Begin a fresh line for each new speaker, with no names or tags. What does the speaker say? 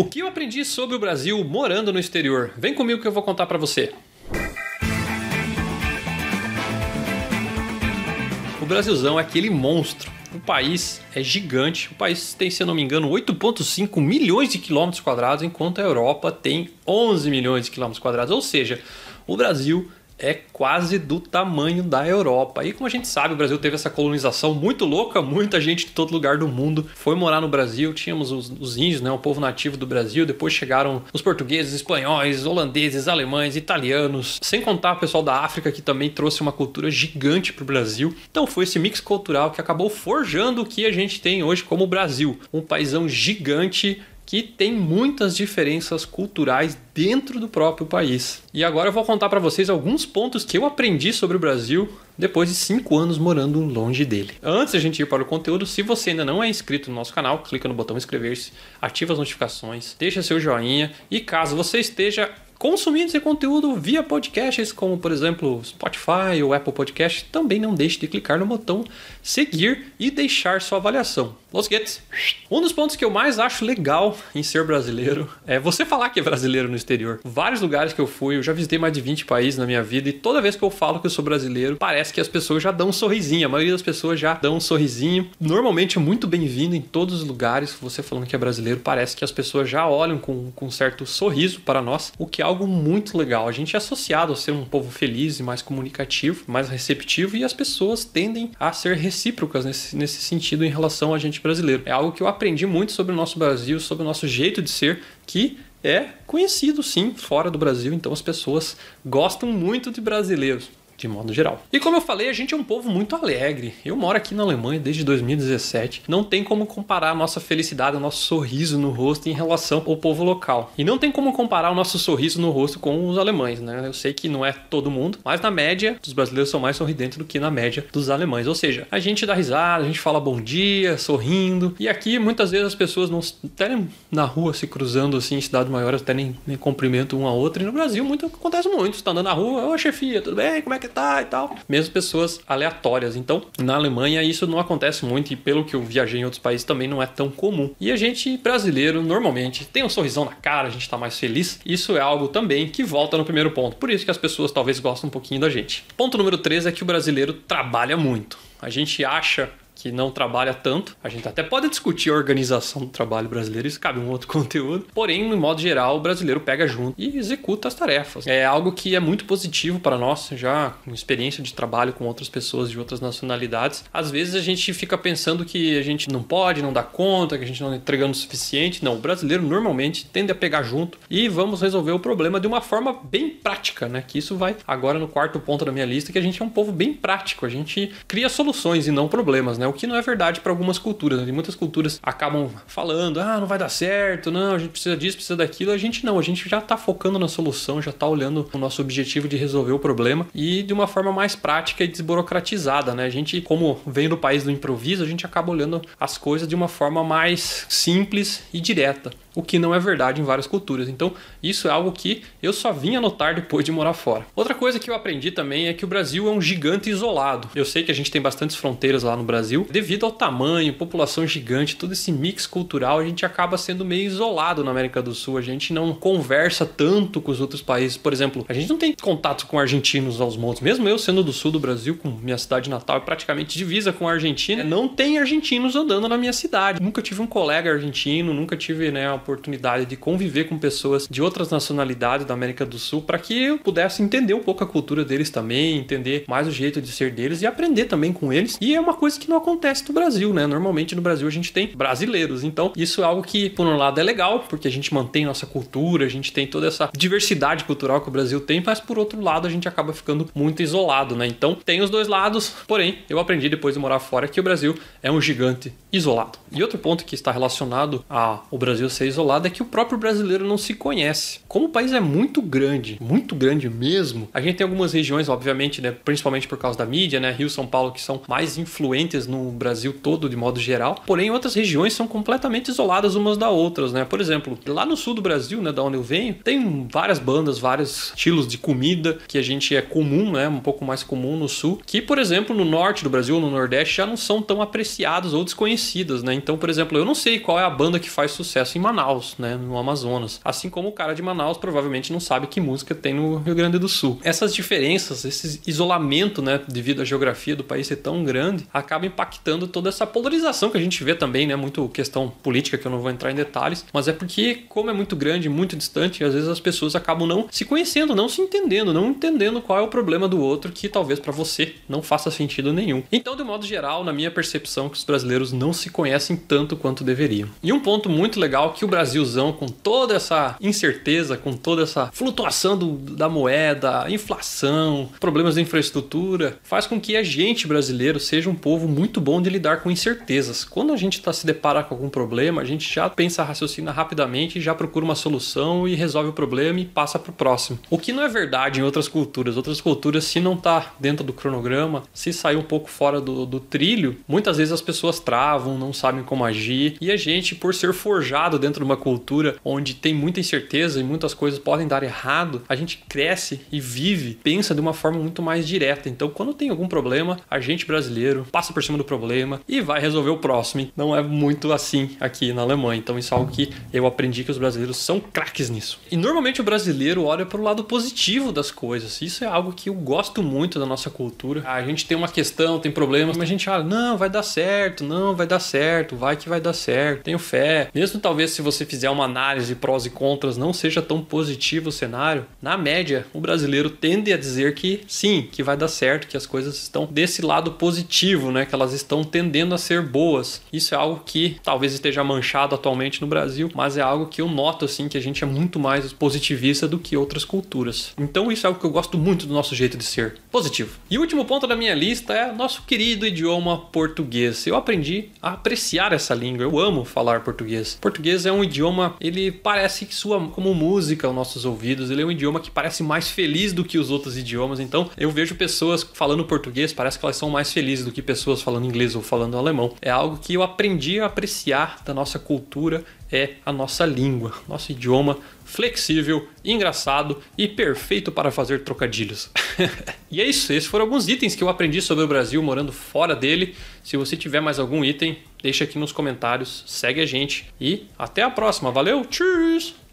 O que eu aprendi sobre o Brasil morando no exterior? Vem comigo que eu vou contar pra você. O Brasilzão é aquele monstro. O país é gigante. O país tem, se eu não me engano, 8,5 milhões de quilômetros quadrados, enquanto a Europa tem 11 milhões de quilômetros quadrados. Ou seja, o Brasil é quase do tamanho da Europa. E como a gente sabe, o Brasil teve essa colonização muito louca, muita gente de todo lugar do mundo foi morar no Brasil. Tínhamos os índios, né, o povo nativo do Brasil, depois chegaram os portugueses, espanhóis, holandeses, alemães, italianos, sem contar o pessoal da África que também trouxe uma cultura gigante para o Brasil. Então foi esse mix cultural que acabou forjando o que a gente tem hoje como Brasil, um paizão gigante que tem muitas diferenças culturais dentro do próprio país. E agora eu vou contar para vocês alguns pontos que eu aprendi sobre o Brasil depois de 5 anos morando longe dele. Antes de a gente ir para o conteúdo, se você ainda não é inscrito no nosso canal, clica no botão inscrever-se, ativa as notificações, deixa seu joinha e caso você esteja consumindo esse conteúdo via podcasts, como por exemplo Spotify ou Apple Podcast, também não deixe de clicar no botão seguir e deixar sua avaliação. Los geht's! Um dos pontos que eu mais acho legal em ser brasileiro é você falar que é brasileiro no exterior. Vários lugares que eu fui, eu já visitei mais de 20 países na minha vida e toda vez que eu falo que eu sou brasileiro, parece que as pessoas já dão um sorrisinho. A maioria das pessoas já dão um sorrisinho. Normalmente é muito bem-vindo em todos os lugares. Você falando que é brasileiro, parece que as pessoas já olham com um certo sorriso para nós, o que é algo muito legal. A gente é associado a ser um povo feliz e mais comunicativo, mais receptivo e as pessoas tendem a ser recíprocas nesse sentido em relação a gente brasileiro. É algo que eu aprendi muito sobre o nosso Brasil, sobre o nosso jeito de ser, que é conhecido sim fora do Brasil, então as pessoas gostam muito de brasileiros, de modo geral. E como eu falei, a gente é um povo muito alegre. Eu moro aqui na Alemanha desde 2017. Não tem como comparar a nossa felicidade, o nosso sorriso no rosto em relação ao povo local. E não tem como comparar o nosso sorriso no rosto com os alemães, né? Eu sei que não é todo mundo, mas na média, os brasileiros são mais sorridentes do que na média dos alemães. Ou seja, a gente dá risada, a gente fala bom dia, sorrindo. E aqui, muitas vezes, as pessoas não até na rua se cruzando assim, em cidades maiores, até nem cumprimentam um ao outro. E no Brasil, acontece muito. Você tá andando na rua, ô chefia, tudo bem? Como é que tá e tal, mesmo pessoas aleatórias. Então, na Alemanha isso não acontece muito e pelo que eu viajei em outros países também não é tão comum. E a gente brasileiro normalmente tem um sorrisão na cara, a gente tá mais feliz. Isso é algo também que volta no primeiro ponto. Por isso que as pessoas talvez gostam um pouquinho da gente. Ponto número 3 é que o brasileiro trabalha muito. A gente acha que não trabalha tanto. A gente até pode discutir a organização do trabalho brasileiro, isso cabe um outro conteúdo. Porém, no modo geral, o brasileiro pega junto e executa as tarefas. É algo que é muito positivo para nós, já com experiência de trabalho com outras pessoas de outras nacionalidades. Às vezes a gente fica pensando que a gente não pode, não dá conta, que a gente não está entregando o suficiente. Não, o brasileiro normalmente tende a pegar junto e vamos resolver o problema de uma forma bem prática, né? Que isso vai agora no quarto ponto da minha lista, que a gente é um povo bem prático. A gente cria soluções e não problemas, né? O que não é verdade para algumas culturas, né? E muitas culturas acabam falando, não vai dar certo, não, a gente precisa disso, precisa daquilo. A gente não, a gente já está focando na solução, já está olhando o nosso objetivo de resolver o problema e de uma forma mais prática e desburocratizada, né? A gente, como vem do país do improviso, a gente acaba olhando as coisas de uma forma mais simples e direta, o que não é verdade em várias culturas. Então, isso é algo que eu só vim a notar depois de morar fora. Outra coisa que eu aprendi também é que o Brasil é um gigante isolado. Eu sei que a gente tem bastantes fronteiras lá no Brasil. Devido ao tamanho, população gigante, todo esse mix cultural, a gente acaba sendo meio isolado na América do Sul. A gente não conversa tanto com os outros países. Por exemplo, a gente não tem contato com argentinos aos montes. Mesmo eu sendo do sul do Brasil, com minha cidade natal, é praticamente divisa com a Argentina, não tem argentinos andando na minha cidade. Nunca tive um colega argentino, nunca tive, a oportunidade de conviver com pessoas de outras nacionalidades da América do Sul para que eu pudesse entender um pouco a cultura deles também, entender mais o jeito de ser deles e aprender também com eles. E é uma coisa que não acontece no Brasil, né? Normalmente no Brasil a gente tem brasileiros, então isso é algo que por um lado é legal, porque a gente mantém nossa cultura, a gente tem toda essa diversidade cultural que o Brasil tem, mas por outro lado a gente acaba ficando muito isolado, né? Então tem os dois lados, porém eu aprendi depois de morar fora que o Brasil é um gigante isolado. E outro ponto que está relacionado ao Brasil ser isolado é que o próprio brasileiro não se conhece. Como o país é muito grande mesmo, a gente tem algumas regiões, obviamente, né, principalmente por causa da mídia, né, Rio e São Paulo, que são mais influentes no no Brasil todo, de modo geral. Porém, outras regiões são completamente isoladas umas das outras, né? Por exemplo, lá no sul do Brasil, né, da onde eu venho, tem várias bandas, vários estilos de comida que a gente é comum, né? Um pouco mais comum no sul, que, por exemplo, no norte do Brasil, no nordeste, já não são tão apreciados ou desconhecidas, né? Então, por exemplo, eu não sei qual é a banda que faz sucesso em Manaus, né, no Amazonas. Assim como o cara de Manaus provavelmente não sabe que música tem no Rio Grande do Sul. Essas diferenças, esse isolamento, né, devido à geografia do país ser tão grande, acaba impactando toda essa polarização que a gente vê também, né? Muito questão política, que eu não vou entrar em detalhes, mas é porque, como é muito grande, muito distante, às vezes as pessoas acabam não se conhecendo, não se entendendo, não entendendo qual é o problema do outro, que talvez para você não faça sentido nenhum. Então, de modo geral, na minha percepção, que os brasileiros não se conhecem tanto quanto deveriam. E um ponto muito legal que o Brasilzão, com toda essa incerteza, com toda essa flutuação da moeda, inflação, problemas de infraestrutura, faz com que a gente brasileiro seja um povo muito bom de lidar com incertezas. Quando a gente se depara com algum problema, a gente já pensa, raciocina rapidamente, já procura uma solução e resolve o problema e passa para o próximo. O que não é verdade em outras culturas. Outras culturas, se não está dentro do cronograma, se sair um pouco fora do trilho, muitas vezes as pessoas travam, não sabem como agir. E a gente, por ser forjado dentro de uma cultura onde tem muita incerteza e muitas coisas podem dar errado, a gente cresce e vive, pensa de uma forma muito mais direta. Então, quando tem algum problema, a gente brasileiro passa por cima do problema e vai resolver o próximo. Não é muito assim aqui na Alemanha. Então, isso é algo que eu aprendi, que os brasileiros são craques nisso. E normalmente o brasileiro olha para o lado positivo das coisas. Isso é algo que eu gosto muito da nossa cultura. A gente tem uma questão, tem problemas, mas a gente fala, não, vai dar certo, não, vai dar certo, vai que vai dar certo, tenho fé. Mesmo talvez se você fizer uma análise prós e contras, não seja tão positivo o cenário, na média, o brasileiro tende a dizer que sim, que vai dar certo, que as coisas estão desse lado positivo, né? Que elas estão tendendo a ser boas. Isso é algo que talvez esteja manchado atualmente no Brasil, mas é algo que eu noto assim, que a gente é muito mais positivista do que outras culturas. Então isso é algo que eu gosto muito do nosso jeito de ser, positivo. E o último ponto da minha lista é nosso querido idioma português. Eu aprendi a apreciar essa língua, eu amo falar português. Português é um idioma, ele parece que soa como música aos nossos ouvidos, ele é um idioma que parece mais feliz do que os outros idiomas, então eu vejo pessoas falando português, parece que elas são mais felizes do que pessoas falando inglês ou falando alemão. É algo que eu aprendi a apreciar da nossa cultura, é a nossa língua, nosso idioma flexível, engraçado e perfeito para fazer trocadilhos. E é isso, esses foram alguns itens que eu aprendi sobre o Brasil morando fora dele. Se você tiver mais algum item, deixa aqui nos comentários, segue a gente e até a próxima. Valeu, tchau!